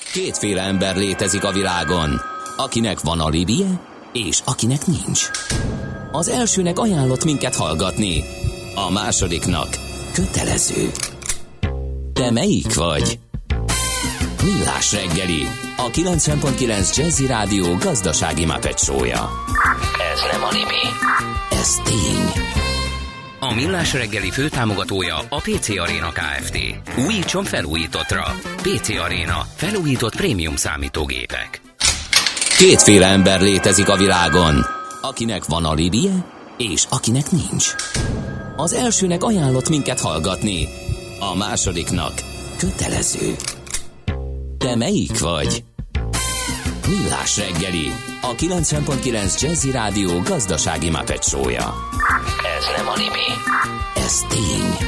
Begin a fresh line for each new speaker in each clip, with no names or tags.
Kétféle ember létezik a világon, akinek van alibije, és akinek nincs. Az elsőnek ajánlott minket hallgatni, a másodiknak kötelező. Te melyik vagy? Millás reggeli, a 90.9 Jazzy Rádió gazdasági Muppet show-ja. Ez nem anime, ez tény. A Millás reggeli főtámogatója a PC Arena Kft. Újítson felújítottra. PC Arena. Felújított prémium számítógépek. Kétféle ember létezik a világon, akinek van alibije, és akinek nincs. Az elsőnek ajánlott minket hallgatni, a másodiknak kötelező. Te melyik vagy? Millás reggeli, a 90.9 Jazzy Rádió gazdasági Muppet show-ja. Ez nem anime, ez tény.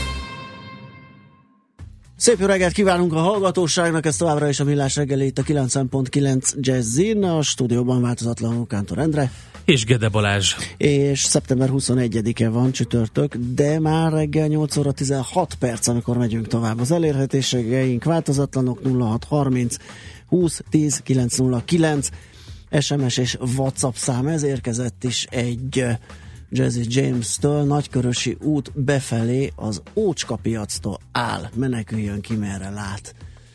Szép jó reggelt kívánunk a hallgatóságnak, ez továbbra is a Millás reggeli itt a 90.9 Jazzin, a stúdióban változatlanul Kántor Endre.
És Gede Balázs.
És szeptember 21-e van, csütörtök, de már reggel 8 óra 16 perc, amikor megyünk tovább. Az elérhetőségeink változatlanok, 0630 20 10 909, SMS és WhatsApp szám, ez érkezett is egy Jazzy James-től, Nagykörösi út befelé az Ócska piactól áll, meneküljön ki merre lát.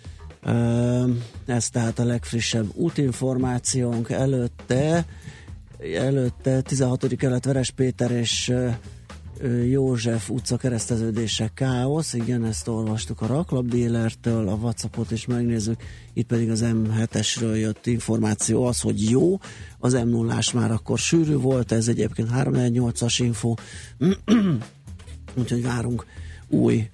Ez tehát a legfrissebb útinformációnk. Előtte 16. kelet Veres Péter és József utca kereszteződése káosz, igen, ezt olvastuk a raklapdílertől, a WhatsAppot is megnézzük, itt pedig az M7-esről jött információ az, hogy jó, az M0-ás már akkor sűrű volt, ez egyébként 348-as info, úgyhogy várunk új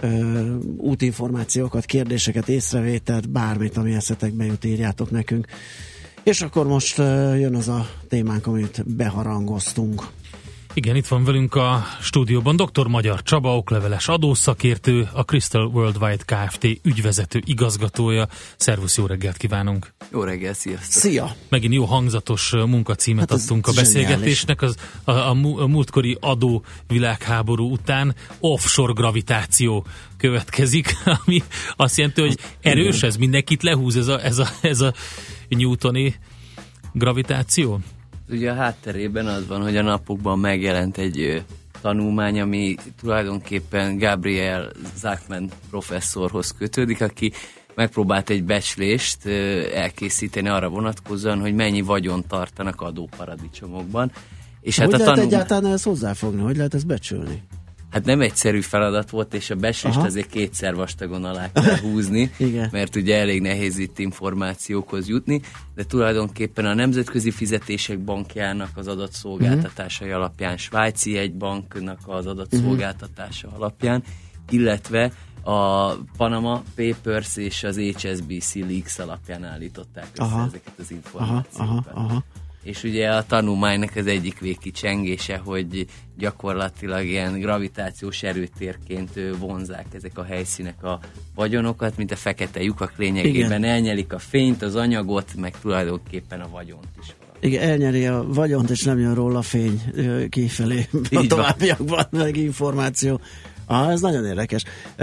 útinformációkat, kérdéseket, észrevételt, bármit, ami eszetekbe jut, írjátok nekünk. És akkor most jön az a témánk, amit beharangoztunk.
Igen, itt van velünk a stúdióban dr. Magyar Csaba, okleveles adószakértő, a Crystal Worldwide Kft. Ügyvezető igazgatója. Szervusz, jó reggelt kívánunk!
Jó reggel, sziasztok!
Szia!
Megint jó hangzatos munkacímet adtunk a beszélgetésnek. A múltkori adó világháború után offshore gravitáció következik, ami azt jelenti, hogy erős ez, mindenkit lehúz ez a newtoni gravitáció?
Ugye a hátterében az van, hogy a napokban megjelent egy tanulmány, ami tulajdonképpen Gabriel Zachman professzorhoz kötődik, aki megpróbált egy becslést elkészíteni arra vonatkozóan, hogy mennyi vagyont tartanak adóparadicsomokban. És
hogy hát lehet egyáltalán ezt hozzáfogni? Hogy lehet ezt becsülni?
Hát nem egyszerű feladat volt, és a becslést azért kétszer vastagon alá kell húzni, mert ugye elég nehéz itt információkhoz jutni, de tulajdonképpen a Nemzetközi Fizetések Bankjának az adatszolgáltatásai alapján, Svájci Jegybanknak az adatszolgáltatása alapján, illetve a Panama Papers és az HSBC Leaks alapján állították össze ezeket az információkat. És ugye a tanulmánynak az egyik végkicsengése, hogy gyakorlatilag ilyen gravitációs erőtérként vonzák ezek a helyszínek a vagyonokat, mint a fekete lyukak lényegében. Elnyelik a fényt, az anyagot, meg tulajdonképpen a vagyont is.
Igen, elnyeri a vagyont, és nem jön róla fény kifelé a továbbiakban, meg információ. Ez nagyon érdekes.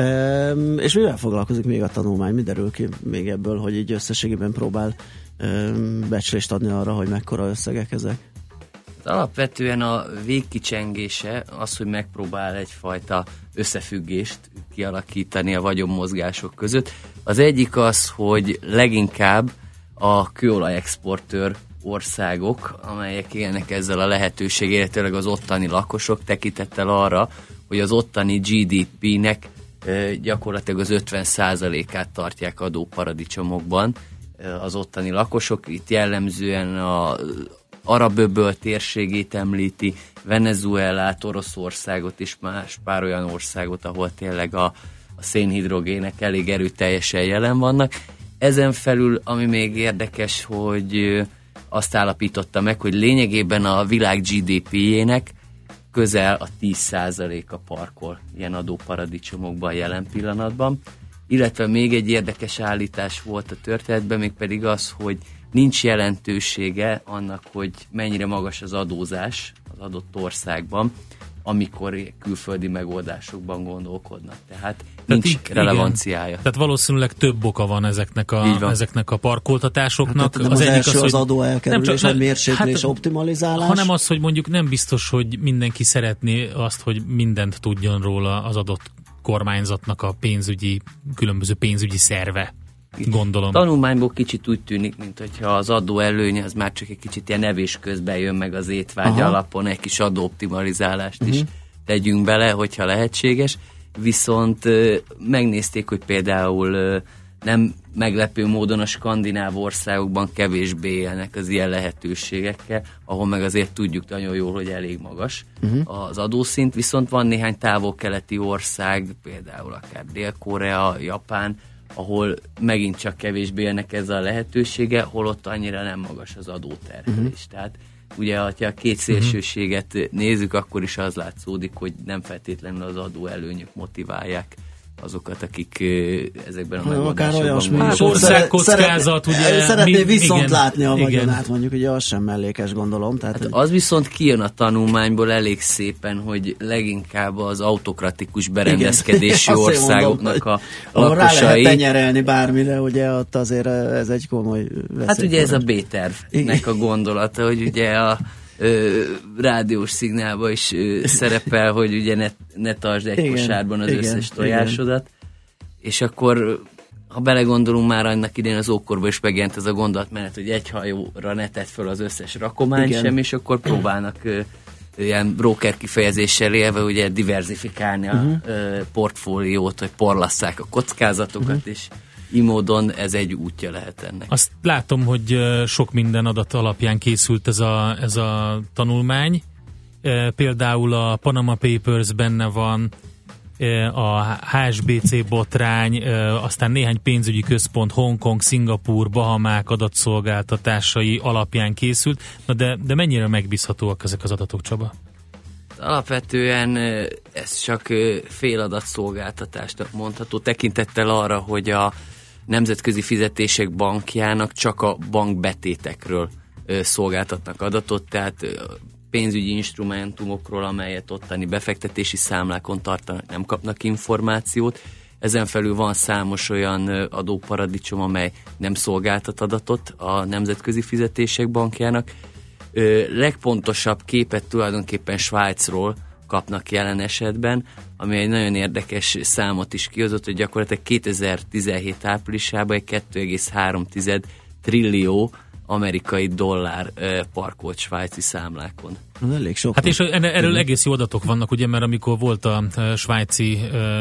És mivel foglalkozik még a tanulmány? Mi derül ki még ebből, hogy így összességében próbál becslést adni arra, hogy mekkora összegek ezek?
Alapvetően a végkicsengése az, hogy megpróbál egyfajta összefüggést kialakítani a vagyonmozgások között. Az egyik az, hogy leginkább a kőolajexportőr országok, amelyek élnek ezzel a lehetőséggel, illetőleg az ottani lakosok tekintettel arra, hogy az ottani GDP-nek gyakorlatilag az 50%-át tartják adóparadicsomokban az ottani lakosok. Itt jellemzően az Arab-öböl térségét említi, Venezuelát, Oroszországot és más pár olyan országot, ahol tényleg a szénhidrogének elég erőteljesen jelen vannak. Ezen felül, ami még érdekes, hogy azt állapította meg, hogy lényegében a világ GDP-jének közel a 10%-a parkol ilyen adóparadicsomokban jelen pillanatban. Illetve még egy érdekes állítás volt a történetben, mégpedig az, hogy nincs jelentősége annak, hogy mennyire magas az adózás az adott országban amikor külföldi megoldásokban gondolkodnak. Tehát nincs relevanciája.
Igen. Tehát valószínűleg több oka van ezeknek a parkoltatásoknak.
Hát, az első az adó elkerülés, vagy mérséklés, optimalizálás.
Hanem az, hogy mondjuk nem biztos, hogy mindenki szeretné azt, hogy mindent tudjon róla az adott kormányzatnak a különböző pénzügyi szerve. Gondolom.
Tanulmányból kicsit úgy tűnik, mint hogyha az adó előnye az már csak egy kicsit ilyen evés közben jön meg az étvágy alapon, egy kis adóoptimalizálást is tegyünk bele, hogyha lehetséges. Viszont megnézték, hogy például nem meglepő módon a skandináv országokban kevésbé élnek az ilyen lehetőségekkel, ahol meg azért tudjuk nagyon jól, hogy elég magas az adószint, viszont van néhány távol-keleti ország, például akár Dél-Korea, Japán, ahol megint csak kevésbé élnek ezzel a lehetősége, holott annyira nem magas az adóterhelés. Tehát ugye, ha a két szélsőséget nézzük, akkor is az látszódik, hogy nem feltétlenül az adó előnyök motiválják azokat, akik ezekben a megoldásokban
vannak. Országkockázat, ugye...
Szeretné viszont látni a vagyonát, mondjuk, ugye az sem mellékes, gondolom. Tehát,
hát az viszont kijön a tanulmányból elég szépen, hogy leginkább az autokratikus berendezkedési országoknak a lakosai...
Rá lehet tenyerelni bármire, ugye ott azért ez egy komoly veszély.
Hát ugye ez a B-tervnek a gondolata, hogy ugye a rádiós szignálban is szerepel, hogy ugye ne tartsd egy kosárban az összes tojásodat, és akkor, ha belegondolunk, már annak idején az ókorban is megjelent ez a gondolatmenet, hogy egy hajóra ne tedd föl az összes rakományt sem, és akkor próbálnak ilyen broker kifejezéssel élve ugye diverzifikálni a portfóliót, hogy porlasszák a kockázatokat, és így módon ez egy útja lehet ennek.
Azt látom, hogy sok minden adat alapján készült ez a tanulmány. Például a Panama Papers benne van, a HSBC botrány, aztán néhány pénzügyi központ, Hongkong, Szingapúr, Bahamák adatszolgáltatásai alapján készült. Na de mennyire megbízhatóak ezek az adatok, Csaba?
Alapvetően ez csak féladatszolgáltatásnak mondható, tekintettel arra, hogy a Nemzetközi Fizetések Bankjának csak a bankbetétekről szolgáltatnak adatot, tehát pénzügyi instrumentumokról, amelyet ottani befektetési számlákon tartanak, nem kapnak információt. Ezen felül van számos olyan adóparadicsom, amely nem szolgáltat adatot a Nemzetközi Fizetések Bankjának. Legpontosabb képet tulajdonképpen Svájcról kapnak jelen esetben, ami egy nagyon érdekes számot is kihozott, hogy gyakorlatilag 2017 áprilisában egy 2,3 trillió amerikai dollár parkolt svájci számlákon.
Elég sok.
Hát és erről egész jó adatok vannak, ugye, mert amikor volt a svájci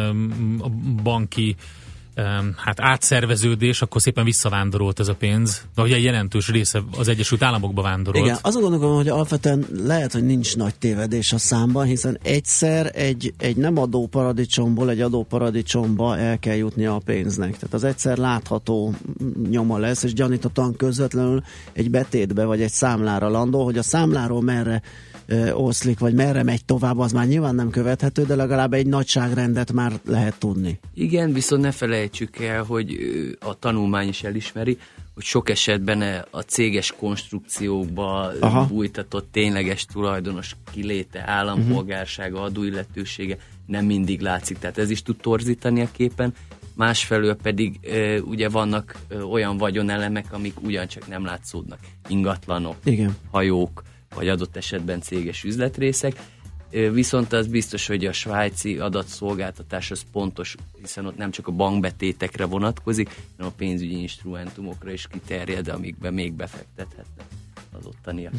banki átszerveződés, akkor szépen visszavándorolt ez a pénz, de ugye jelentős része az Egyesült Államokba vándorolt.
Igen, azon gondolom, hogy alapvetően lehet, hogy nincs nagy tévedés a számban, hiszen egyszer egy nem adóparadicsomból egy adóparadicsomba el kell jutnia a pénznek. Tehát az egyszer látható nyoma lesz, és gyanítottan közvetlenül egy betétbe vagy egy számlára landol, hogy a számláról merre oszlik, vagy merre megy tovább, az már nyilván nem követhető, de legalább egy nagyságrendet már lehet tudni.
Igen, viszont ne felejtsük el, hogy a tanulmány is elismeri, hogy sok esetben a céges konstrukciókba bújtatott tényleges tulajdonos kiléte, állampolgársága, adóilletősége nem mindig látszik, tehát ez is tud torzítani a képen. Másfelől pedig ugye vannak olyan vagyonelemek, amik ugyancsak nem látszódnak. Ingatlanok, hajók, vagy adott esetben céges üzletrészek, viszont az biztos, hogy a svájci adatszolgáltatás az pontos, hiszen ott nem csak a bankbetétekre vonatkozik, hanem a pénzügyi instrumentumokra is kiterjed, amikben még befektethetnek az ottaniak.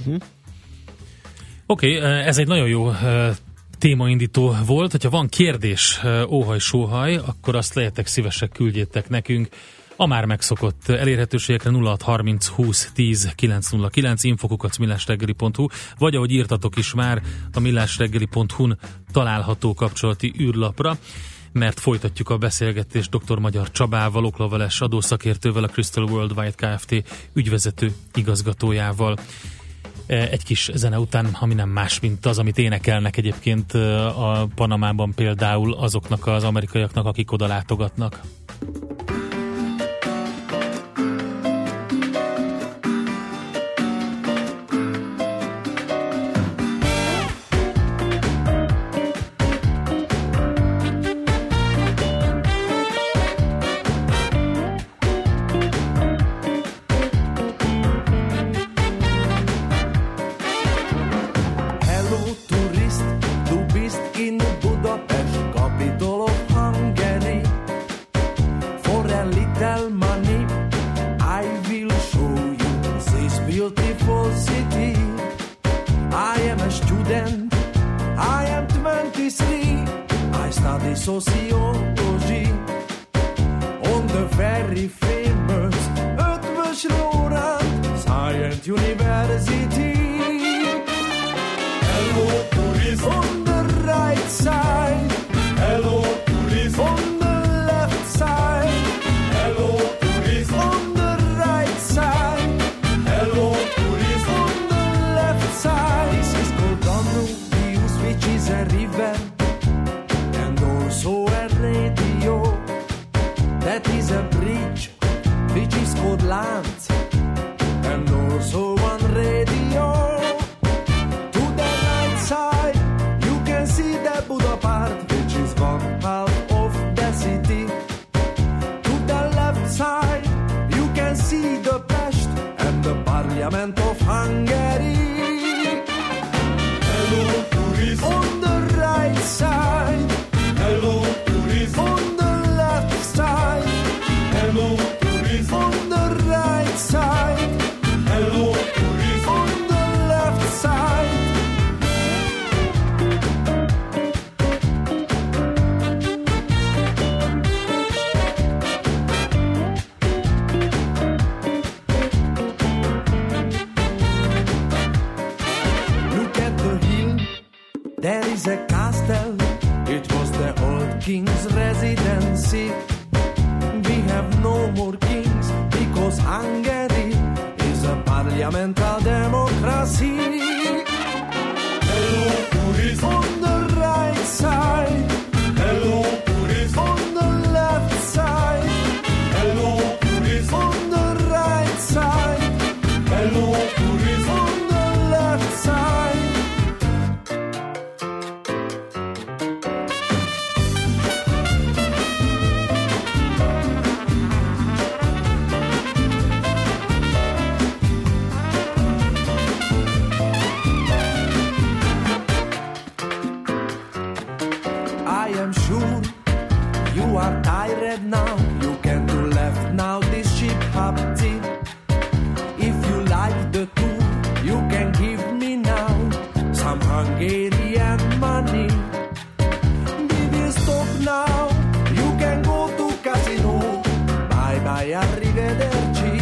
Oké, ez egy nagyon jó témaindító volt. Hogyha van kérdés, óhaj-sóhaj, akkor azt lehetek szívesek, küldjétek nekünk a már megszokott elérhetőségekre 0630 20 10 909 info@millásreggeli.hu, vagy ahogy írtatok is már a millásreggeli.hu-n található kapcsolati űrlapra, mert folytatjuk a beszélgetést dr. Magyar Csabával, okleveles adószakértővel, a Crystal Worldwide Kft. Ügyvezető igazgatójával. Egy kis zene után, ami nem más, mint az, amit énekelnek egyébként a Panamában például azoknak az amerikaiaknak, akik oda látogatnak.
sociology on the very famous Eötvös Loránd Science University. Hello, tourism on the right side. Hello, tourism on the left side. Hello, tourism on the right side. Hello, tourism on the left side. This is called Danubius, which is a river, and also a radio. That is a bridge, which is called land, and also one radio. To the right side, you can see the Buda part, which is one part of the city. To the left side, you can see the Pest and the Parliament of Hungary. Hello, tourists on the right side. Hello, tourists on the left side. Hello, tourists on the right side. Hello, tourists on the left side. Look at the hill, there is a castle. It was the old king's residency. We have no more kings because Hungary is a parliamental democracy. Hello, tourists on the right side. Hello, tourists on the left side. Hello, tourists on the right side. Hello, tourists on the left side. I am sure you are tired now. You can do left now, this ship hapti. If you like the tour, you can give me now some Hungarian money. We will stop now. You can go to casino. Bye bye, arrivederci.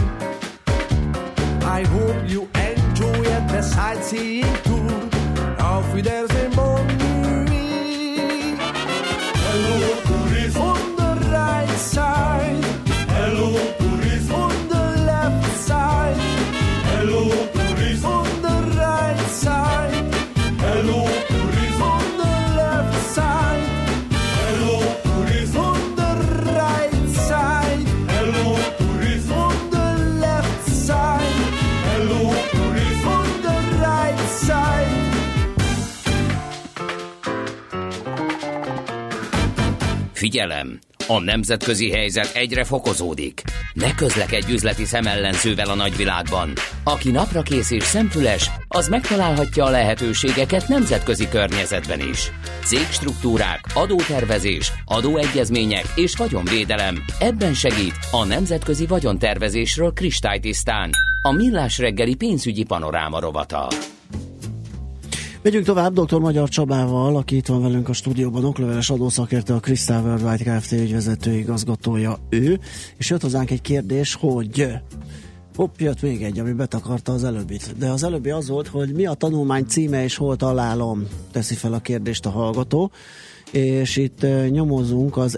I hope you enjoyed the sightseeing tour. Auf Wiedersehen, bon nuit. Hello, tourists on the right side. Hello, tourists on the left side. Hello, tourists on the right side. Hello, tourists on the left side. Hello, tourists on the right side. Hello, tourists on the left side. Hello, tourists on the right side.
Figyelem! A nemzetközi helyzet egyre fokozódik. Ne közlekedj üzleti szemellenzővel a nagyvilágban. Aki naprakész és szemfüles, az megtalálhatja a lehetőségeket nemzetközi környezetben is. Cégstruktúrák, adótervezés, adóegyezmények és vagyonvédelem. Ebben segít a nemzetközi vagyontervezésről kristálytisztán. A Millás reggeli pénzügyi panoráma rovata.
Megyünk tovább Dr. Magyar Csabával, aki itt van velünk a stúdióban, okleveles adószakértő, a Crystal Worldwide Kft. Ügyvezető igazgatója ő, és jött hozzánk egy kérdés, hogy jött még egy, ami betakarta az előbbit. De az előbbi az volt, hogy mi a tanulmány címe és hol találom, teszi fel a kérdést a hallgató, és itt nyomozunk, az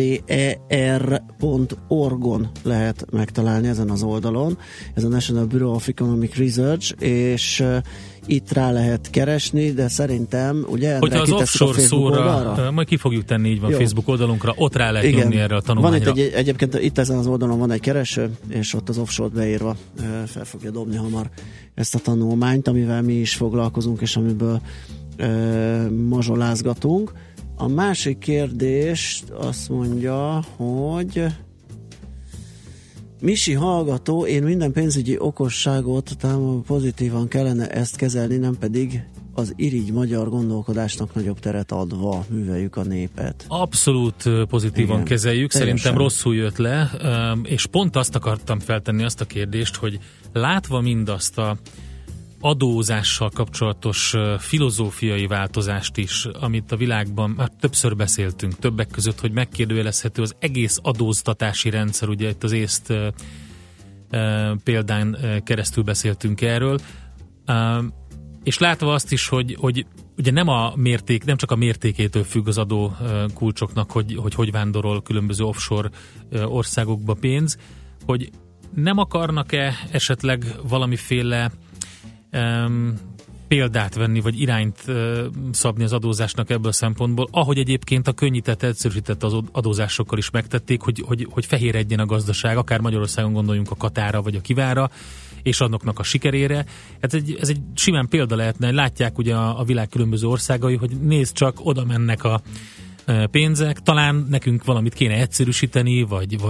nber.org-on lehet megtalálni ezen az oldalon, ez a National Bureau of Economic Research, és itt rá lehet keresni, de szerintem, ugye,
hogyha az offshore szóra, majd ki fogjuk tenni így van. Jó. Facebook oldalunkra, ott rá lehet nyomni erre a tanulmányra.
Van egyébként itt ezen az oldalon van egy kereső, és ott az offshore-t beírva fel fogja dobni hamar ezt a tanulmányt, amivel mi is foglalkozunk, és amiből mazsolázgatunk. A másik kérdés azt mondja, hogy Misi hallgató, én minden pénzügyi okosságot pozitívan kellene ezt kezelni, nem pedig az irigy magyar gondolkodásnak nagyobb teret adva műveljük a népet.
Abszolút pozitívan igen, kezeljük, teljesen. Szerintem rosszul jött le, és pont azt akartam feltenni, azt a kérdést, hogy látva mindazt a adózással kapcsolatos filozófiai változást is, amit a világban már többször beszéltünk, többek között, hogy megkérdőjelezhető az egész adóztatási rendszer, ugye itt az észt példán keresztül beszéltünk erről, és látva azt is, hogy ugye nem csak a mértékétől függ az adó kulcsoknak, hogy vándorol különböző offshore országokba pénz, hogy nem akarnak-e esetleg valamiféle példát venni, vagy irányt szabni az adózásnak ebből a szempontból, ahogy egyébként a könnyített, egyszerűsített adózásokkal is megtették, hogy fehéredjen a gazdaság, akár Magyarországon gondoljunk a Katára, vagy a Kivára, és annoknak a sikerére. Ez egy simán példa lehetne, látják ugye a világ különböző országai, hogy nézd csak, oda mennek a pénzek, talán nekünk valamit kéne egyszerűsíteni,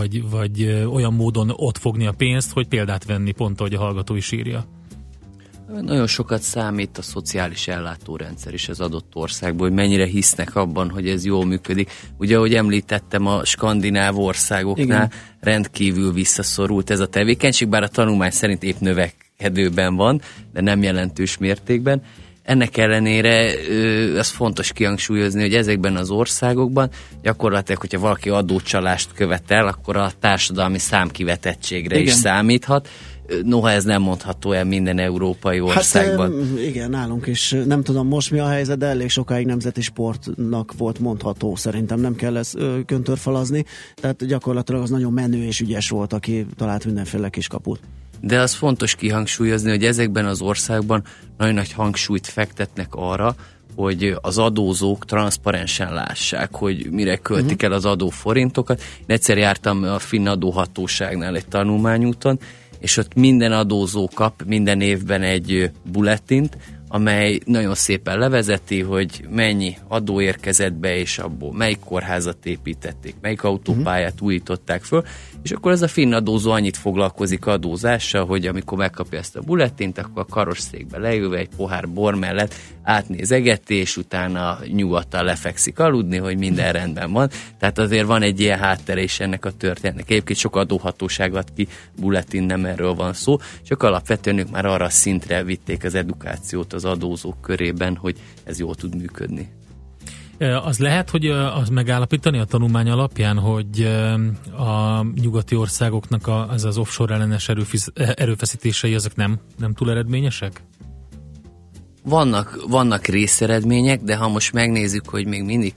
vagy olyan módon ott fogni a pénzt, hogy példát venni, pont ahogy a hallgató is írja.
Nagyon sokat számít a szociális ellátórendszer is az adott országból, hogy mennyire hisznek abban, hogy ez jól működik. Ugye, ahogy említettem, a skandináv országoknál igen, rendkívül visszaszorult ez a tevékenység, bár a tanulmány szerint épp növekedőben van, de nem jelentős mértékben. Ennek ellenére az fontos kihangsúlyozni, hogy ezekben az országokban gyakorlatilag, hogyha valaki adócsalást követel, akkor a társadalmi számkivetettségre igen, is számíthat. Noha ez nem mondható el minden európai országban.
Hát igen, nálunk is. Nem tudom most mi a helyzet, de elég sokáig nemzeti sportnak volt mondható. Szerintem nem kell ezt köntörfalazni. Tehát gyakorlatilag az nagyon menő és ügyes volt, aki talált mindenféle kiskaput.
De az fontos kihangsúlyozni, hogy ezekben az országban nagyon nagy hangsúlyt fektetnek arra, hogy az adózók transzparensen lássák, hogy mire költik el az adóforintokat. Én egyszer jártam a finn adóhatóságnál egy tanulmányúton, és ott minden adózó kap minden évben egy bulletint, amely nagyon szépen levezeti, hogy mennyi adó érkezett be, és abból melyik kórházat építették, melyik autópályát újították föl, és akkor ez a finn adózó annyit foglalkozik adózással, hogy amikor megkapja ezt a bulletint, akkor a karosszékbe leülve egy pohár bor mellett átnézegeti, és utána nyugodtan lefekszik aludni, hogy minden rendben van. Tehát azért van egy ilyen háttere is ennek a történetnek. Egyébként sok adóhatóság ad ki bulletin, nem erről van szó, csak alapvetően ők már arra szintre vitték az edukációt az adózók körében, hogy ez jól tud működni.
Az lehet, hogy az megállapítani a tanulmány alapján, hogy a nyugati országoknak az offshore ellenes erőfeszítései ezek nem túl eredményesek?
Vannak részeredmények, de ha most megnézzük, hogy még mindig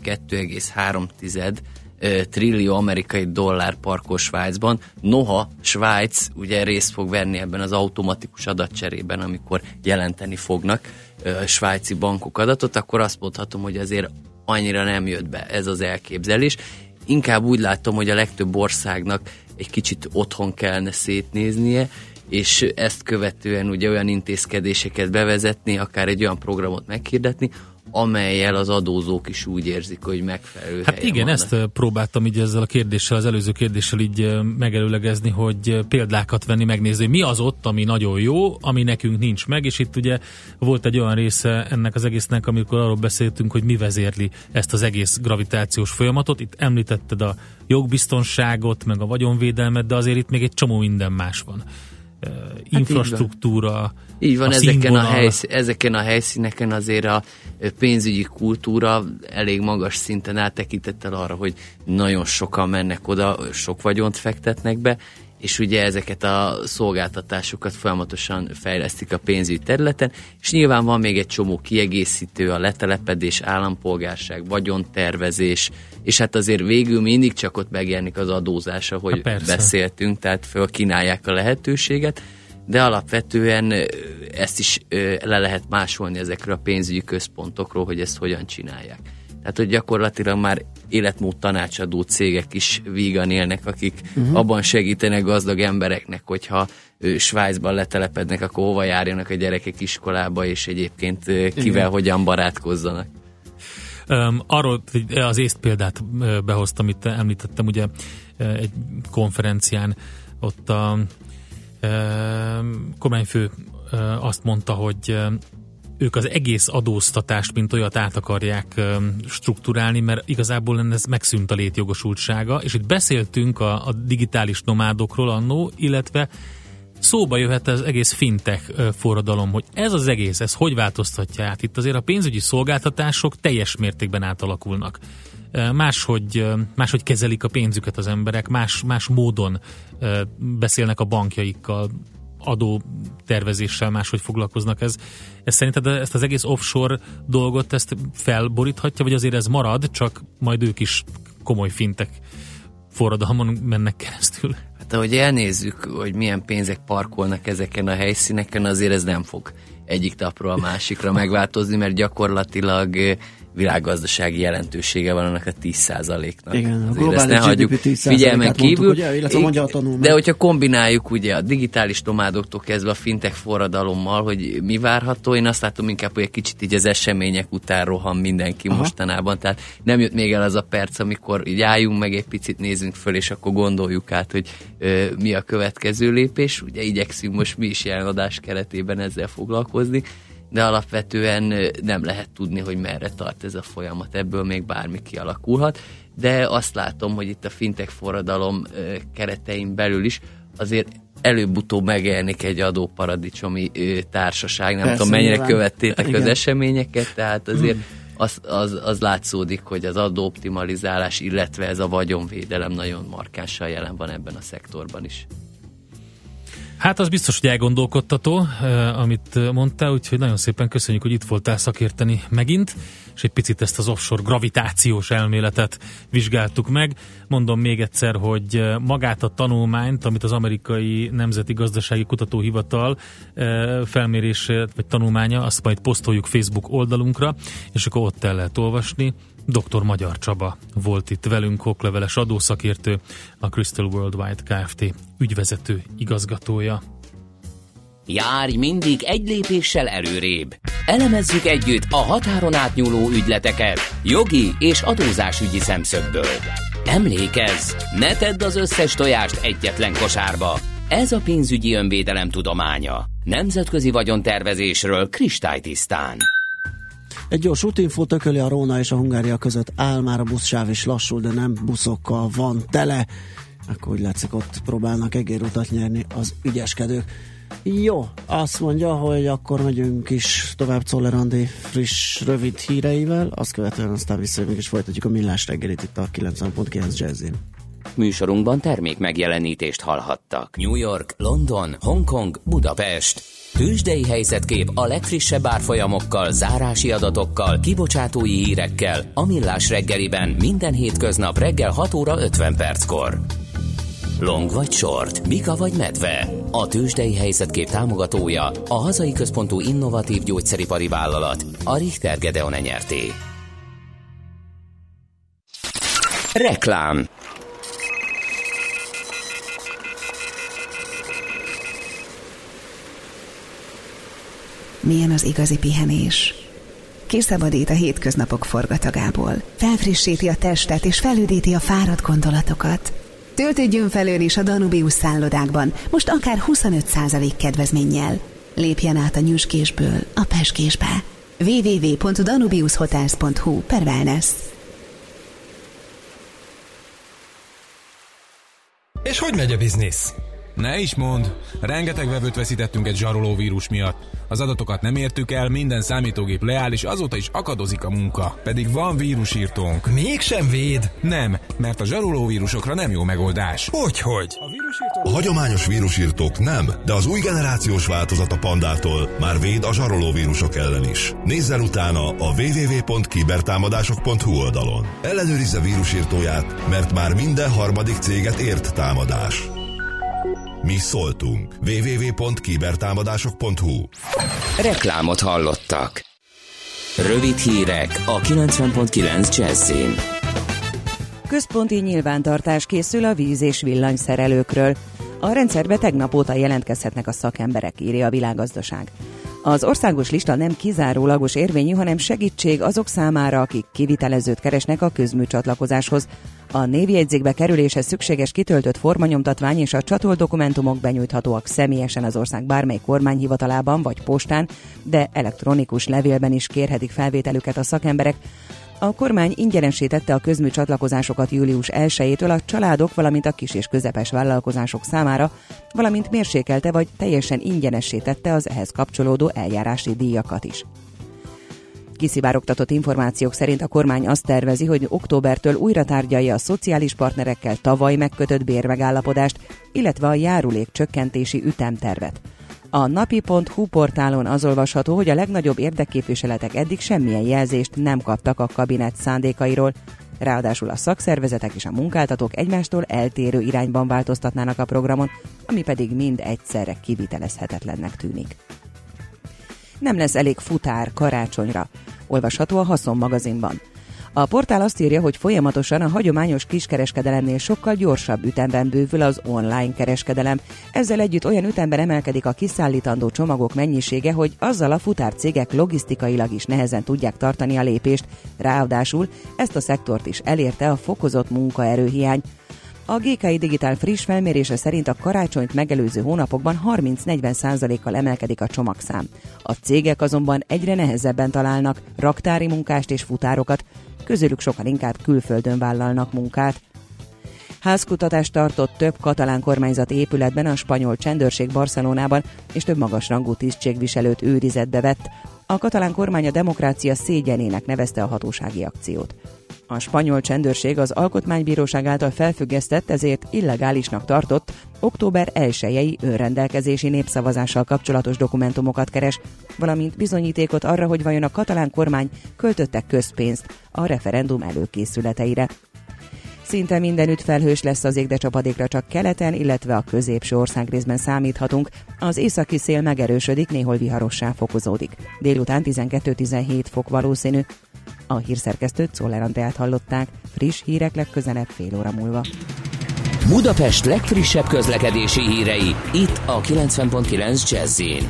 2,3 trillió amerikai dollár parkol Svájcban, noha Svájc ugye részt fog venni ebben az automatikus adatcserében, amikor jelenteni fognak svájci bankok adatot, akkor azt mondhatom, hogy azért annyira nem jött be ez az elképzelés. Inkább úgy látom, hogy a legtöbb országnak egy kicsit otthon kellene szétnéznie, és ezt követően ugye olyan intézkedéseket bevezetni, akár egy olyan programot meghirdetni, amellyel az adózók is úgy érzik, hogy megfelelő
hát
helyen
igen,
vannak.
ezt próbáltam így ezzel a kérdéssel, az előző kérdéssel így megelőlegezni, hogy példákat venni, megnézni, mi az ott, ami nagyon jó, ami nekünk nincs meg, és itt ugye volt egy olyan része ennek az egésznek, amikor arról beszéltünk, hogy mi vezérli ezt az egész gravitációs folyamatot. Itt említetted a jogbiztonságot, meg a vagyonvédelmet, de azért itt még egy csomó minden más van. Infrastruktúra,
így van, ezeken a helyszíneken azért a pénzügyi kultúra elég magas szinten áttekintettel arra, hogy nagyon sokan mennek oda, sok vagyont fektetnek be, és ugye ezeket a szolgáltatásokat folyamatosan fejlesztik a pénzügyi területen, és nyilván van még egy csomó kiegészítő, a letelepedés, állampolgárság, vagyontervezés, és hát azért végül mindig csak ott megjelenik az adózás, ahogy beszéltünk, tehát fölkínálják a lehetőséget, de alapvetően ezt is le lehet másolni ezekről a pénzügyi központokról, hogy ezt hogyan csinálják. Tehát, hogy gyakorlatilag már életmód tanácsadó cégek is vígan élnek, akik abban segítenek gazdag embereknek, hogyha Svájcban letelepednek, akkor hova járjanak a gyerekek iskolába, és egyébként kivel hogyan barátkozzanak.
Arról az észt példát behoztam, itt említettem ugye egy konferencián, ott a kormányfő azt mondta, hogy ők az egész adóztatást, mint olyat át akarják strukturálni, mert igazából ez megszűnt a létjogosultsága, és itt beszéltünk a digitális nomádokról annó, illetve szóba jöhet az egész fintech forradalom, hogy ez az egész, ez hogy változtatja át? Itt azért a pénzügyi szolgáltatások teljes mértékben átalakulnak. Máshogy kezelik a pénzüket az emberek, más módon beszélnek a bankjaikkal, adótervezéssel máshogy foglalkoznak. Ez szerinted ezt az egész offshore dolgot ezt felboríthatja, vagy azért ez marad, csak majd ők is komoly fintech forradalmon mennek keresztül?
Hát ahogy elnézzük, hogy milyen pénzek parkolnak ezeken a helyszíneken, azért ez nem fog egyik napról a másikra megváltozni, mert gyakorlatilag világgazdasági jelentősége van annak a 10%-nak.
Igen, a
globális ne hagyjuk figyelmen kívül.
Ugye,
de hogyha kombináljuk ugye a digitális nomádoktól kezdve a fintech forradalommal, hogy mi várható, én azt látom inkább, hogy egy kicsit így az események után rohan mindenki mostanában, tehát nem jött még el az a perc, amikor így álljunk meg egy picit, nézzünk föl, és akkor gondoljuk át, hogy mi a következő lépés. Ugye igyekszünk most mi is jelen adás keretében ezzel foglalkozni, de alapvetően nem lehet tudni, hogy merre tart ez a folyamat, ebből még bármi kialakulhat, de azt látom, hogy itt a fintech forradalom keretein belül is azért előbb-utóbb megjelenik egy adóparadicsomi társaság, nem tudom mennyire követtétek az eseményeket, tehát azért az látszódik, hogy az adóoptimalizálás, illetve ez a vagyonvédelem nagyon markánsan jelen van ebben a szektorban is.
Hát az biztos, hogy elgondolkodtató, amit mondtál, úgyhogy nagyon szépen köszönjük, hogy itt voltál szakérteni megint, és egy picit ezt az offshore gravitációs elméletet vizsgáltuk meg. Mondom még egyszer, hogy magát a tanulmányt, amit az Amerikai Nemzeti Gazdasági Kutatóhivatal felmérése vagy tanulmánya, azt majd posztoljuk Facebook oldalunkra, és akkor ott el lehet olvasni. Dr. Magyar Csaba volt itt velünk, okleveles adószakértő, a Crystal Worldwide Kft. Ügyvezető igazgatója.
Járj mindig egy lépéssel előrébb. Elemezzük együtt a határon átnyúló ügyleteket jogi és adózásügyi szemszögből. Emlékezz, ne tedd az összes tojást egyetlen kosárba. Ez a pénzügyi önvédelem tudománya. Nemzetközi vagyontervezésről kristálytisztán.
Egy gyors útinfó, Tököli, a Róna és a Hungária között áll már a buszsáv is lassul, de nem buszokkal van tele. Akkor úgy látszik, ott próbálnak egérutat nyerni az ügyeskedők. Jó, azt mondja, hogy akkor megyünk is tovább Czoller Andi friss, rövid híreivel, azt követően aztán visszajövünk és folytatjuk a millás reggelit itt a 90.9 Jazzin.
Műsorunkban termék megjelenítést hallhattak. New York, London, Hongkong, Budapest. Tőzsdei helyzetkép a legfrissebb árfolyamokkal, zárási adatokkal, kibocsátói hírekkel a Millás reggeliben minden hétköznap reggel 6 óra 50 perckor. Long vagy short, bika vagy medve. A Tőzsdei helyzetkép támogatója a hazai központú innovatív gyógyszeripari vállalat, a Richter Gedeon Nyrt. Reklám.
Milyen az igazi pihenés? Kiszabadít a hétköznapok forgatagából, felfrissíti a testet és felüdíti a fáradt gondolatokat. Töltődjön felől is a Danubius szállodákban, most akár 25% kedvezménnyel. Lépjen át a nyüskésből a pezsgésbe. www.danubiushotels.hu/wellness.
És hogy megy a biznisz? Ne is mondd, rengeteg vevőt veszítettünk egy zsarolóvírus miatt. Az adatokat nem értük el, minden számítógép leáll, és azóta is akadozik a munka. Pedig van vírusírtónk.
Mégsem véd?
Nem, mert a zsarolóvírusokra nem jó megoldás.
Hogyhogy?
A hagyományos vírusírtók nem, de az új generációs változat a Pandától már véd a zsarolóvírusok ellen is. Nézzen utána a www.kibertámadások.hu oldalon. Ellenőrizze vírusírtóját, mert már minden harmadik céget ért támadás. Mi szóltunk. www.kibertámadások.hu.
Reklámot hallottak. Rövid hírek a 90.9 Jazzin.
Központi nyilvántartás készül a víz- és villanyszerelőkről. A rendszerbe tegnap óta jelentkezhetnek a szakemberek, írja a Világgazdaság. Az országos lista nem kizárólagos érvényű, hanem segítség azok számára, akik kivitelezőt keresnek a közműcsatlakozáshoz. A névjegyzékbe kerüléshez szükséges kitöltött formanyomtatvány és a csatolt dokumentumok benyújthatóak személyesen az ország bármely kormányhivatalában vagy postán, de elektronikus levélben is kérhetik felvételüket a szakemberek. A kormány ingyenesítette a közmű csatlakozásokat július 1-től a családok, valamint a kis és közepes vállalkozások számára, valamint mérsékelte vagy teljesen ingyenesítette az ehhez kapcsolódó eljárási díjakat is. Kiszivárogtatott információk szerint a kormány azt tervezi, hogy októbertől újra tárgyalja a szociális partnerekkel tavaly megkötött bérmegállapodást, illetve a járulék csökkentési ütemtervet. A napi.hu portálon az olvasható, hogy a legnagyobb érdekképviseletek eddig semmilyen jelzést nem kaptak a kabinet szándékairól, ráadásul a szakszervezetek és a munkáltatók egymástól eltérő irányban változtatnának a programon, ami pedig mind egyszerre kivitelezhetetlennek tűnik. Nem lesz elég futár karácsonyra, olvasható a Haszon magazinban. A portál azt írja, hogy folyamatosan a hagyományos kiskereskedelemnél sokkal gyorsabb ütemben bővül az online kereskedelem. Ezzel együtt olyan ütemben emelkedik a kiszállítandó csomagok mennyisége, hogy azzal a futárcégek logisztikailag is nehezen tudják tartani a lépést. Ráadásul ezt a szektort is elérte a fokozott munkaerőhiány. A GKI Digitál friss felmérése szerint a karácsonyt megelőző hónapokban 30-40%-kal emelkedik a csomagszám. A cégek azonban egyre nehezebben találnak raktári munkást és futárokat, közülük sokan inkább külföldön vállalnak munkát. Házkutatást tartott több katalán kormányzati épületben a spanyol csendőrség Barcelonában, és több magasrangú tisztségviselőt őrizetbe vett. A katalán kormány a demokrácia szégyenének nevezte a hatósági akciót. A spanyol csendőrség az Alkotmánybíróság által felfüggesztett, ezért illegálisnak tartott október 1-i önrendelkezési népszavazással kapcsolatos dokumentumokat keres, valamint bizonyítékot arra, hogy vajon a katalán kormány költötte közpénzt a referendum előkészületeire. Szinte mindenütt felhős lesz az ég, de csapadékra csak keleten, illetve a középső országrészben számíthatunk. Az északi szél megerősödik, néhol viharossá fokozódik. Délután 12-17 fok valószínű. A hírszerkesztőt, Czoller Andreát hallották. Friss hírek legközelebb fél óra múlva.
Budapest legfrissebb közlekedési hírei, itt a 90.9 Jazz-in.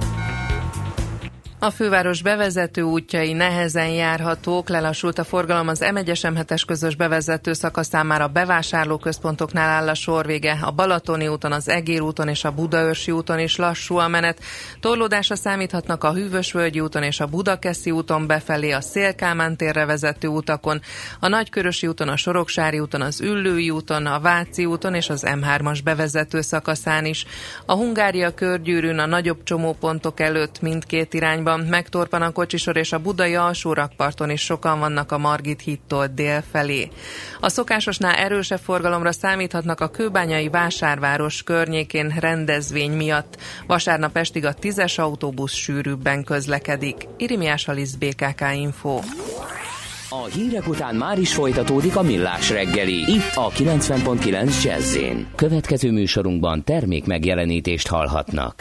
A főváros bevezető útjai nehezen járhatók, lelassult a forgalom az M1-es M7-es közös bevezető szakaszán, már a bevásárlóközpontoknál áll a sorvége, a Balatoni úton, az Egér úton és a Budaörsi úton is lassú a menet. Torlódásra számíthatnak a Hűvösvölgyi úton és a Budakeszi úton befelé, a Széll-Kálmán térre vezető utakon, a Nagykörösi úton, a Soroksári úton, az Üllői úton, a Váci úton és az M3-as bevezető szakaszán is. A Hungária körgyűrűn a nagyobb csomópontok előtt mindkét irányban megtorpan a kocsisor, és a budai alsórakparton is sokan vannak a Margit hídtól dél felé. A szokásosnál erősebb forgalomra számíthatnak a kőbányai vásárváros környékén rendezvény miatt. Vasárnap estig a 10-es autóbusz sűrűbben közlekedik. Irimiás Alisz, BKK Info.
A hírek után már is folytatódik a Millás reggeli, itt a 90.9 Jazz-in. Következő műsorunkban termék megjelenítést hallhatnak.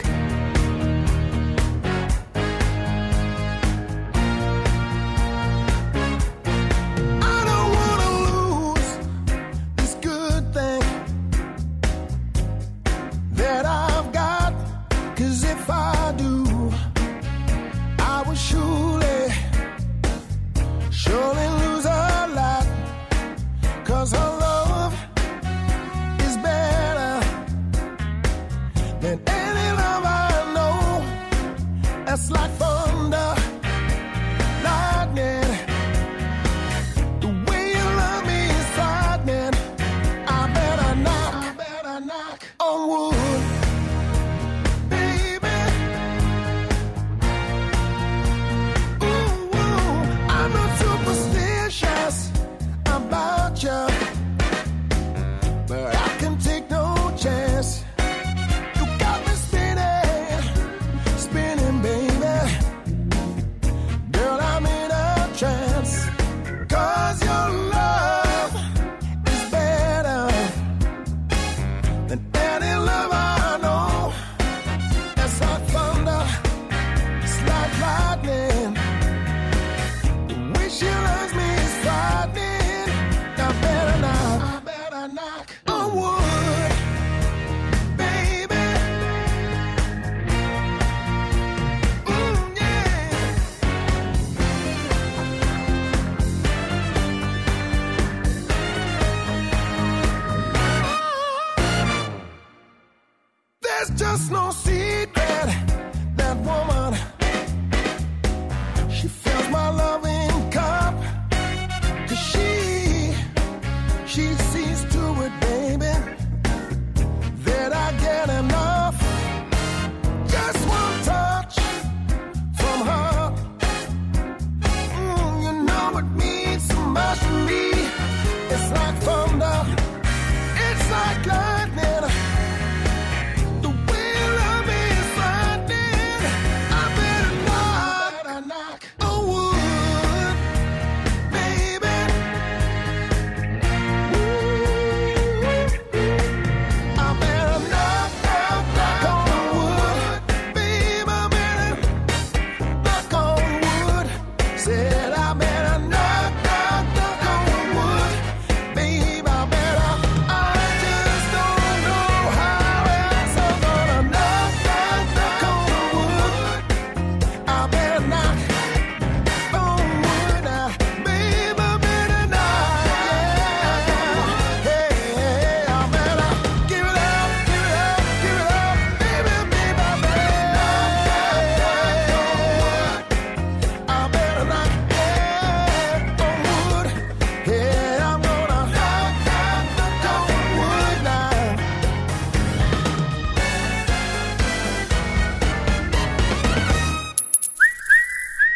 Just no secret, that woman, she fills my loving cup.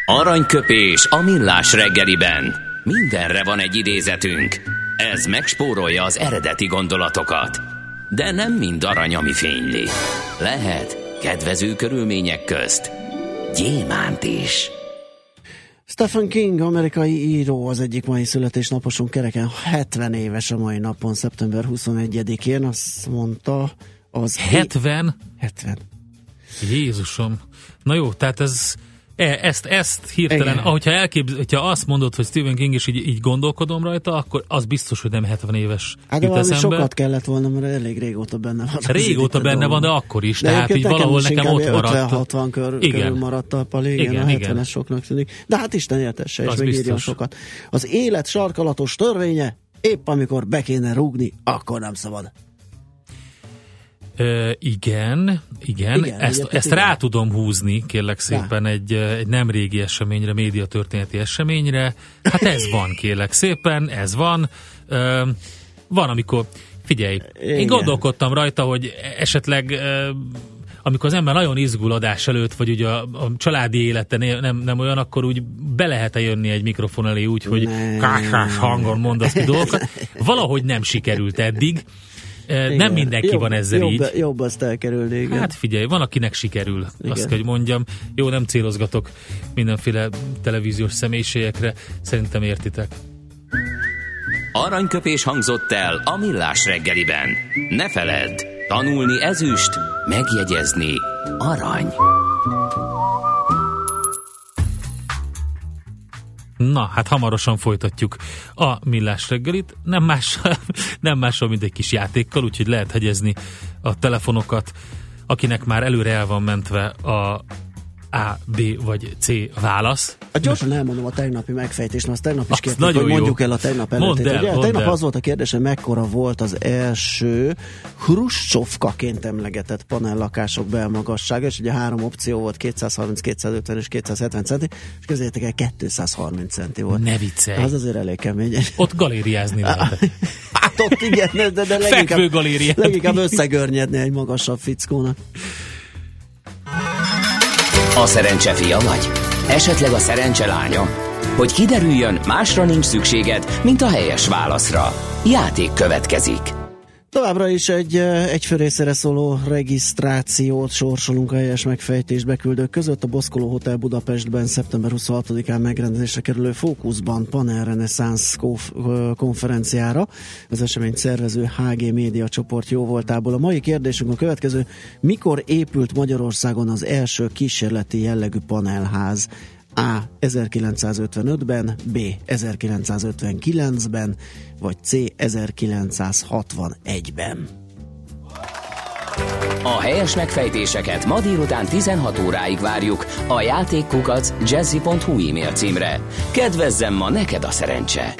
Aranyköpés a millás reggeliben. Mindenre van egy idézetünk. Ez megspórolja az eredeti gondolatokat. De nem mind arany, ami fényli. Lehet kedvező körülmények közt gyémánt is.
Stephen King, amerikai író, az egyik mai születésnaposunk, kereken 70 éves a mai napon, szeptember 21-én, azt mondta az...
70?
70.
Jézusom. Na jó, tehát ezt hirtelen, hogyha azt mondod, hogy Stephen King, és így gondolkodom rajta, akkor az biztos, hogy nem 70 éves.
Hát de valami sokat kellett volna, mert elég régóta benne van.
Régóta benne van, de akkor is. Tehát így valahol nekem ott maradt.
50-60 körül maradt a pali, igen, a 70-es soknak tűnik. De hát Isten értesse, és megírja sokat. Az élet sarkalatos törvénye, épp amikor be kéne rúgni, akkor nem szabad.
Igen. Ezt rá tudom húzni, kérlek szépen, egy nem régi eseményre, médiatörténeti eseményre. Hát ez van, kérlek szépen, ez van. Van, amikor, figyelj, én gondolkodtam rajta, hogy esetleg amikor az ember nagyon izgul adás előtt, vagy ugye a családi élete nem olyan, akkor úgy be lehet-e jönni egy mikrofon elé úgy, hogy kásás hangon mondasz ki dolgokat. Valahogy nem sikerült eddig. Igen. Nem mindenki van ezzel így.
Jobb azt elkerülni, igen.
Hát figyelj, van, akinek sikerül, igen. Azt kell, hogy mondjam. Jó, nem célozgatok mindenféle televíziós személyiségekre, szerintem értitek.
Aranyköpés hangzott el a millás reggeliben. Ne feledd, tanulni ezüst, megjegyezni arany.
Na, hát hamarosan folytatjuk a millás reggelit, nem mással, mint egy kis játékkal, úgyhogy lehet hegyezni a telefonokat, akinek már előre el van mentve a A, B vagy C válasz.
Gyorsan elmondom a tegnapi megfejtést, mert azt tegnap is kértük, hogy mondjuk el a tegnap előttét. Tegnap az volt a kérdés, hogy mekkora volt az első Hruscsovkaként emlegetett panellakások belmagassága, és ugye 3 opció volt, 230, 250 és 270 centi, és közétek el 230 centi volt.
Ne viccelj!
Az azért elég kemény.
Ott galériázni lehetett.
Hát ott igen, de leginkább összegörnyedni egy magasabb fickónak.
A szerencse fia vagy? Esetleg a szerencse lánya? Hogy kiderüljön, másra nincs szükséged, mint a helyes válaszra. Játék következik.
Továbbra is egy főrészére szóló regisztrációt sorsolunk a helyes megfejtés beküldők között. A Boszkoló Hotel Budapestben szeptember 26-án megrendezésre kerülő Fókuszban Panel Reneszánsz konferenciára. Az eseményt szervező HG Média csoport jóvoltából. A mai kérdésünk a következő: mikor épült Magyarországon az első kísérleti jellegű panelház? A. 1955-ben, B. 1959-ben, vagy C. 1961-ben.
A helyes megfejtéseket ma délután 16 óráig várjuk a játékkukac@jazzy.hu e-mail címre. Kedvezzem ma neked a szerencse!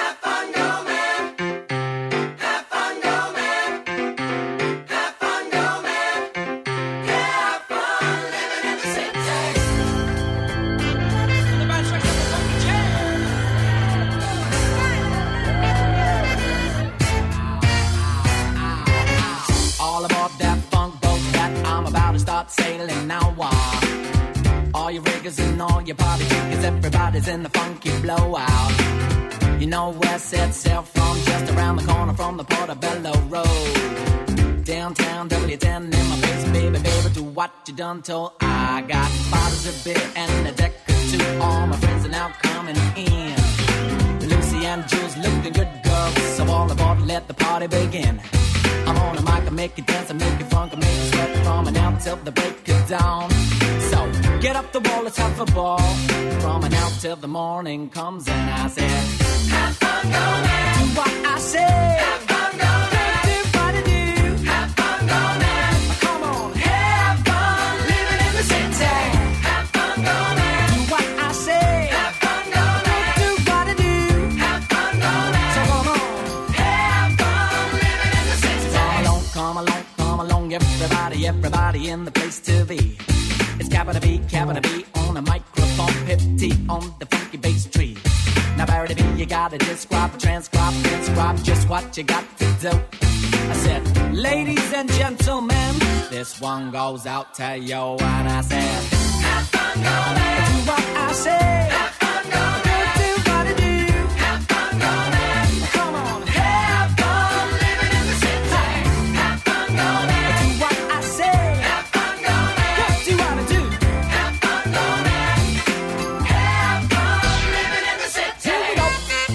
Sailing now, all your riggers and all your party triggers, everybody's in the funky blowout. You know where set sail from, just around the corner from the Portobello Road. Downtown W10 in my face, baby, do what you done told. I got bottles of beer and a deck or two. All my friends are now coming in. Lucy and Jules looking good girls, so all aboard, let the party begin. I'm on a mic, I make you dance, I make you funk, I make you sweat from now till the break of dawn. So get up the wall, let's have a ball. From now till the morning comes and I said, have fun, go man. Do what I say. Have fun, go man. Do what I do. Have fun, go man. Come on, have fun living in the city. Have fun, go man. Do what I say. Have fun, go man. Do what I do. Have fun, go man. So come on, have fun living in the city. Come along, everybody in the place to be. It's capital B on the microphone, Pip T on the funky bass tree. Now, Barry B, you gotta transcribe just what you got to do. I said, ladies and gentlemen, this one goes out to you. And I said, have fun, go man. Do what I
say. Have fun, gonna do what I do. Have fun, gonna come on, have fun living in the city. Have fun, gonna do what I say. Have fun, gonna do what I do. Have fun, gonna have fun living in the city. Here we go.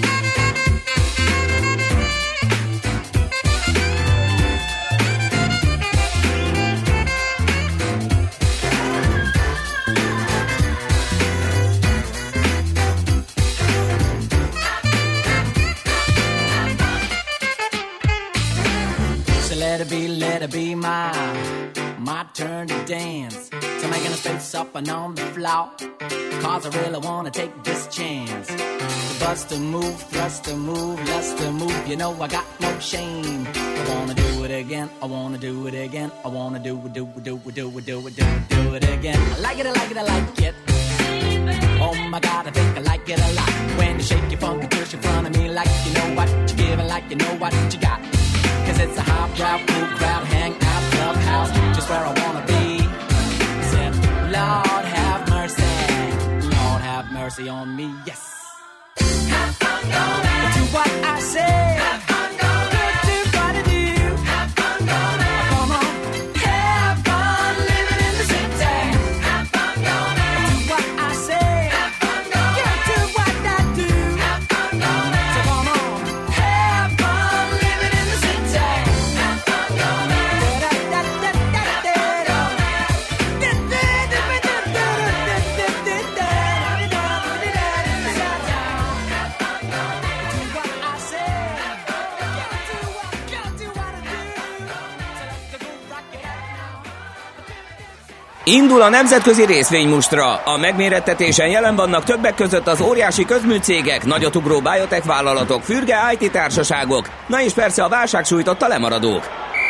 So let it be my turn to dance. So making a space up and on the floor, 'cause I really wanna take this chance. To bust a move, thrust a move, lust a move, you know I got no shame. I wanna do it again, I wanna do it again, I wanna do it again. I like it, I like it, I like it. Oh my God, I think I like it a lot. When you shake your funky tush in front of me like you know what you give and like you know what you got. 'Cause it's a hot crowd, cool crowd, hang out, clubhouse, just where I wanna be. Said, Lord have mercy on me, yes. Have fun, gonna do what I say. Have fun, gonna do what I do. Have fun, gonna come on, have fun living in the city. Have fun, gonna do what I say. Have fun, gonna do what I do. Have fun, gonna so come on, have fun living in the city. Have fun, gonna
Indul a nemzetközi részvénymustra. A megmérettetésen jelen vannak többek között az óriási közműcégek, nagyotugró biotech vállalatok, fürge IT társaságok, na és persze a válság sújtotta lemaradók.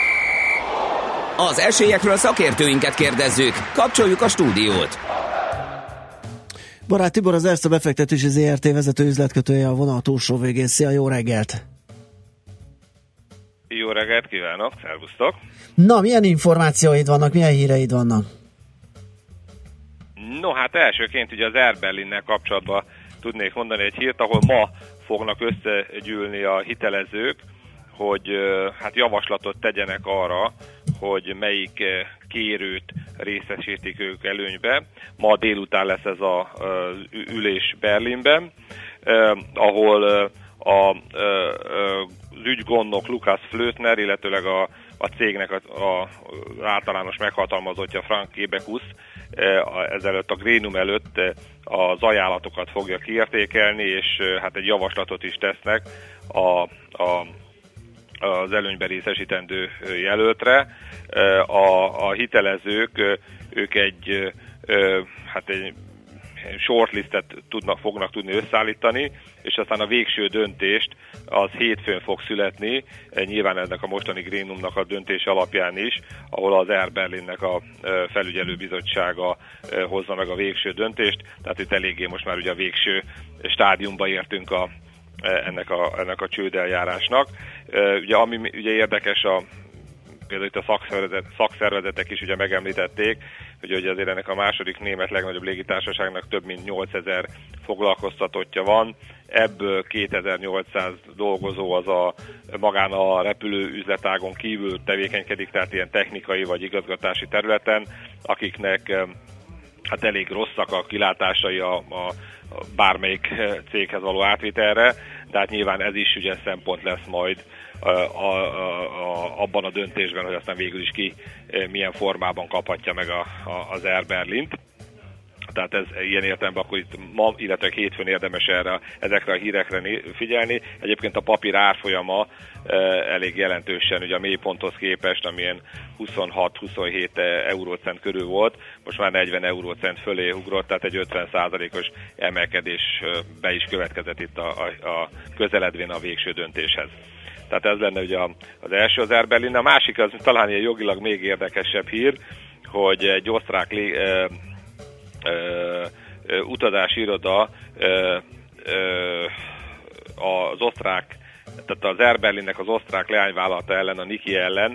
Az esélyekről szakértőinket kérdezzük. Kapcsoljuk a stúdiót.
Barát Tibor, az Erste befektetési ZRT vezető üzletkötője a vonal túlsó végén. Szia, jó reggelt!
Jó reggelt kívánok, szervusztok!
Na, milyen információid vannak, milyen híreid vannak?
No, hát elsőként ugye az Air Berlinnel kapcsolatban tudnék mondani egy hírt, ahol ma fognak összegyűlni a hitelezők, hogy hát javaslatot tegyenek arra, hogy melyik kérőt részesítik ők előnybe. Ma délután lesz ez az ülés Berlinben, ahol az ügygondnok Lukas Flötner, illetőleg a cégnek az általános meghatalmazottja Frank Kebekus ezelőtt a Grénum előtt az ajánlatokat fogja kiértékelni, és hát egy javaslatot is tesznek az előnyben részesítendő jelöltre. A hitelezők, ők egy shortlistet fognak tudni összeállítani, és aztán a végső döntést az hétfőn fog születni, nyilván ennek a mostani Grénumnak a döntés alapján is, ahol az Air Berlinnek a felügyelőbizottsága hozza meg a végső döntést, tehát itt eléggé most már ugye a végső stádiumba értünk ennek a csődeljárásnak. Ugye ami ugye érdekes, például itt a szakszervezetek is ugye megemlítették, hogy azért ennek a második német legnagyobb légitársaságnak több mint 8000 foglalkoztatottja van, ebből 2800 dolgozó az magán a repülő üzletágon kívül tevékenykedik, tehát ilyen technikai vagy igazgatási területen, akiknek hát elég rosszak a kilátásai a bármelyik céghez való átvitelre, de hát nyilván ez is ugye szempont lesz majd abban a döntésben, hogy aztán végül is ki milyen formában kaphatja meg az Air Berlint. Tehát ez ilyen értelemben akkor itt ma, illetve hétfőn érdemes ezekre a hírekre figyelni. Egyébként a papír árfolyama elég jelentősen, ugye a mélyponthoz képest, amilyen 26-27 eurócent körül volt, most már 40 eurócent fölé ugrott, tehát egy 50%-os emelkedés be is következett itt a közeledvén a végső döntéshez. Tehát ez lenne ugye az első, az Air Berlin. A másik az talán ilyen jogilag még érdekesebb hír, hogy egy osztrák utazási iroda az osztrák, tehát az Air Berlinnek az osztrák leányvállalata ellen, a Niki ellen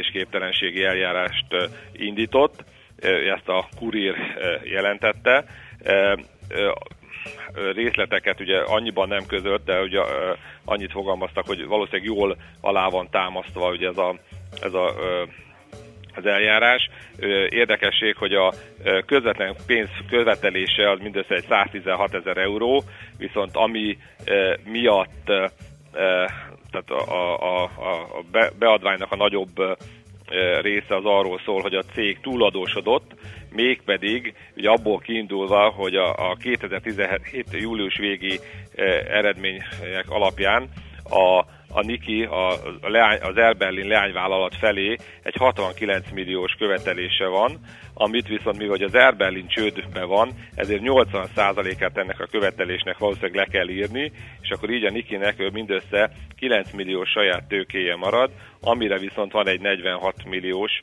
fizetésképtelenségi eljárást indított, ezt a Kurier jelentette. részleteket ugye annyiban nem közölt, de ugye annyit fogalmaztak, hogy valószínűleg jól alá van támasztva ugye az eljárás. Érdekesség, hogy a közvetlen pénz követelése az mindössze egy 116 000 euró, viszont ami miatt tehát a beadványnak a nagyobb része az arról szól, hogy a cég túladósodott, mégpedig ugye abból kiindulva, hogy a 2017. július végi eredmények alapján a Niki az Air Berlin leányvállalat felé egy 69 milliós követelése van, amit viszont mivel az Air Berlin csődben van, ezért 80%-át ennek a követelésnek valószínűleg le kell írni, és akkor így a Nikinek mindössze 9 milliós saját tőkéje marad, amire viszont van egy 46 milliós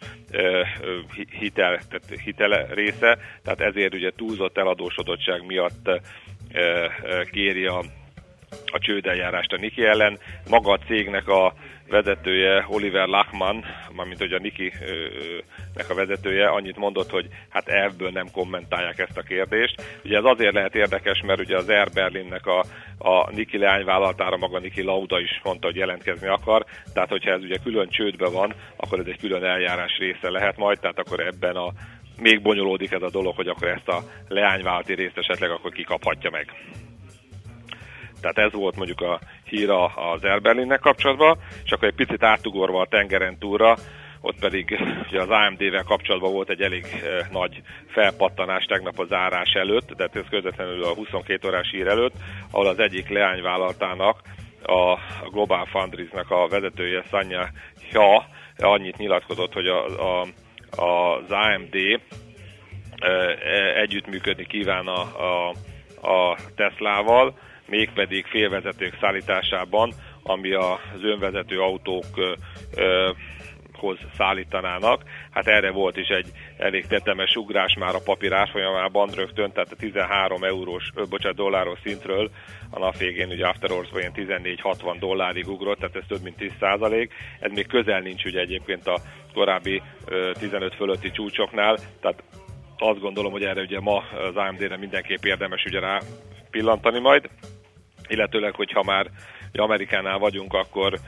hitel része, tehát ezért ugye túlzott eladósodottság miatt kéri a csődeljárást a Niki ellen. Maga a cégnek a vezetője, Oliver Lachmann, mármint hogy a Niki-nek a vezetője annyit mondott, hogy hát elvből nem kommentálják ezt a kérdést. Ugye ez azért lehet érdekes, mert ugye az Air Berlinnek a Niki leányvállalatára maga Niki Lauda is mondta, hogy jelentkezni akar, tehát hogyha ez ugye külön csődben van, akkor ez egy külön eljárás része lehet majd, tehát akkor ebben még bonyolódik ez a dolog, hogy akkor ezt a leányvállalati részt esetleg akkor kikaphatja meg. Tehát ez volt mondjuk a hír az Air Berlinnek kapcsolatban, és akkor egy picit átugorva a tengeren túlra, ott pedig ugye az AMD-vel kapcsolatban volt egy elég nagy felpattanás tegnap a zárás előtt, de ez közvetlenül a 22 órás hír előtt, ahol az egyik leányvállalatának, a Global Foundries-nek a vezetője, Sanya Hja, annyit nyilatkozott, hogy az AMD együttműködni kíván a Teslával, mégpedig félvezetők szállításában, ami az önvezető autókhoz szállítanának. Hát erre volt is egy elég tetemes ugrás már a papír árfolyamában rögtön, tehát a 13 dolláros szintről a nap végén ugye After Hours-ban ilyen 14-60 dollárig ugrott, tehát ez több mint 10%. Ez még közel nincs ugye egyébként a korábbi 15 fölötti csúcsoknál, tehát azt gondolom, hogy erre ugye ma az AMD-re mindenképp érdemes ugye rá pillantani majd, illetőleg, hogyha már Amerikánál vagyunk, akkor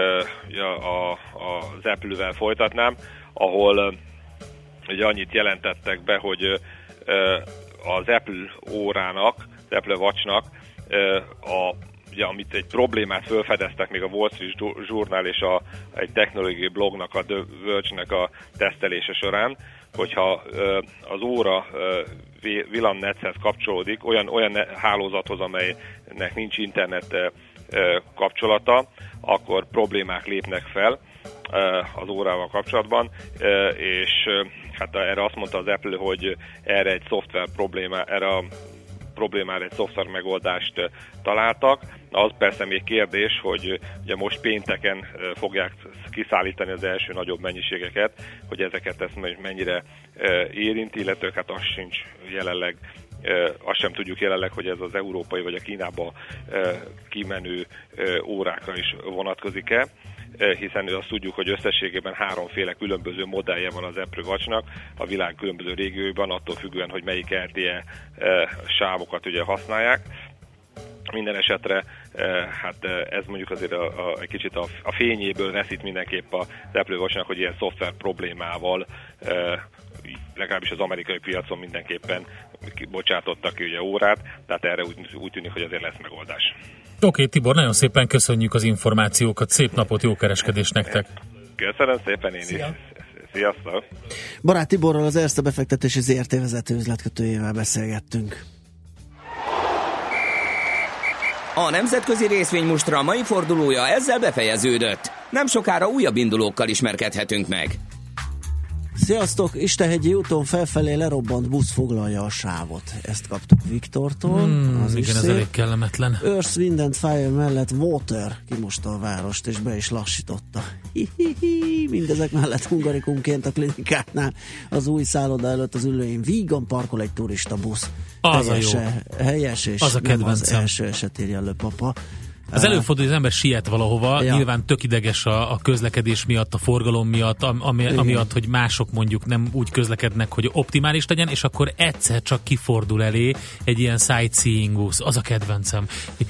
az Apple-vel folytatnám, ahol ugye annyit jelentettek be, hogy az Apple órának, az Apple Watchnak, ugye, amit egy problémát felfedeztek még a Wall Street Journal és egy technológiai blognak, a The Verge-nek a tesztelése során, hogyha az óra villamnethez kapcsolódik, olyan hálózathoz, amelynek nincs internet kapcsolata, akkor problémák lépnek fel az órával kapcsolatban, és hát erre azt mondta az Apple, hogy erre egy szoftver problémára egy szoftver megoldást találtak. Az persze még kérdés, hogy ugye most pénteken fogják kiszállítani az első nagyobb mennyiségeket, hogy ezeket ezt mennyire érinti, illetve hát az sincs jelenleg, azt sem tudjuk jelenleg, hogy ez az európai vagy a Kínába kimenő órákra is vonatkozik-e, hiszen azt tudjuk, hogy összességében 3 különböző modellje van az Apple Watchnak a világ különböző régióiban, attól függően, hogy melyik LTE sávokat ugye használják. Minden esetre hát ez mondjuk azért egy kicsit a fényéből veszít mindenképp az Apple Watchnak, hogy ilyen szoftver problémával legalábbis az amerikai piacon mindenképpen bocsátottak ki ugye órát, tehát erre úgy tűnik, hogy azért lesz megoldás.
Oké, Tibor, nagyon szépen köszönjük az információkat, szép napot, jó kereskedést nektek!
Köszönöm szépen én is! Sziasztok!
Barát Tiborral, az Erste befektetési ZRT vezető üzletkötőjével beszélgettünk.
A nemzetközi részvénymustra mai fordulója ezzel befejeződött. Nem sokára újabb indulókkal ismerkedhetünk meg.
Sziasztok! Istenhegyi úton felfelé lerobbant busz foglalja a sávot. Ezt kaptuk Viktortól. Az
igen, ez elég kellemetlen.
Earth, Wind and Fire mellett Water kimosta a várost, és be is lassította. Mindezek mellett hungarikumként a klinikánál az új szálloda előtt az ülőjén vígan parkol egy turista busz.
Az helyes,
a jó. Helyes, és
az a
nem az
kedvencem.
első eset, írja Lőpapa.
Az előfordul, hogy az ember siet valahova, nyilván tök ideges a közlekedés miatt, a forgalom miatt, amiatt, hogy mások mondjuk nem úgy közlekednek, hogy optimális legyen, és akkor egyszer csak kifordul elé egy ilyen sightseeing busz. Az a kedvencem.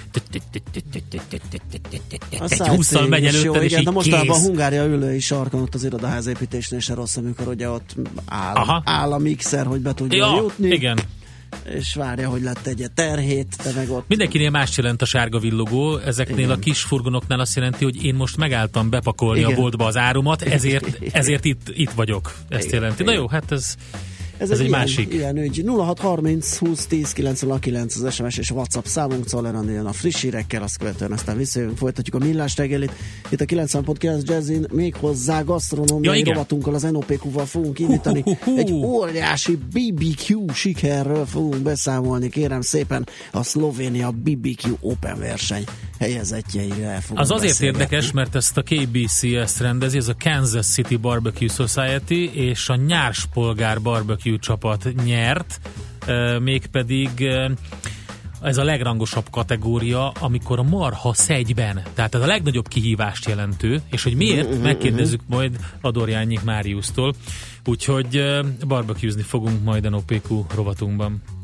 20-szal megy előtted, és így
de mostában a Hungária ülői sarkon ott az irodaház építésnél se rossz, amikor ugye ott áll a mixer, hogy be tudjon jutni.
Igen.
És várja, hogy letegye terhét, de meg ott...
Mindenkinél más jelent a sárga villogó, ezeknél a kis furgonoknál azt jelenti, hogy én most megálltam bepakolni a boltba az árumat, ezért itt vagyok. Ezt jelenti. Na jó, hát ez egy másik.
Ilyen ügy. 0630 20 10 909 az SMS és WhatsApp számunk, Czoller jön a friss hírekkel, azt követően aztán visszajövünk, folytatjuk a millás reggelit. Itt a 90.9 Jazzin méghozzá gasztronómiai rovatunkkal, az NOPQ-val fogunk indítani. Egy óriási BBQ sikerről fogunk beszámolni, kérem szépen, a Szlovénia BBQ Open verseny helyezettjeire el fogunk
Az azért érdekes, mert ezt a KBC ezt rendezi, ez a Kansas City Barbecue Society és a Nyárspolgár Barbecue csapat nyert, mégpedig ez a legrangosabb kategória, amikor a marha szegyben, tehát ez a legnagyobb kihívást jelentő, és hogy miért, megkérdezzük majd Adorjányi Máriusztól, úgyhogy barbecuezni fogunk majd a NOPQ rovatunkban.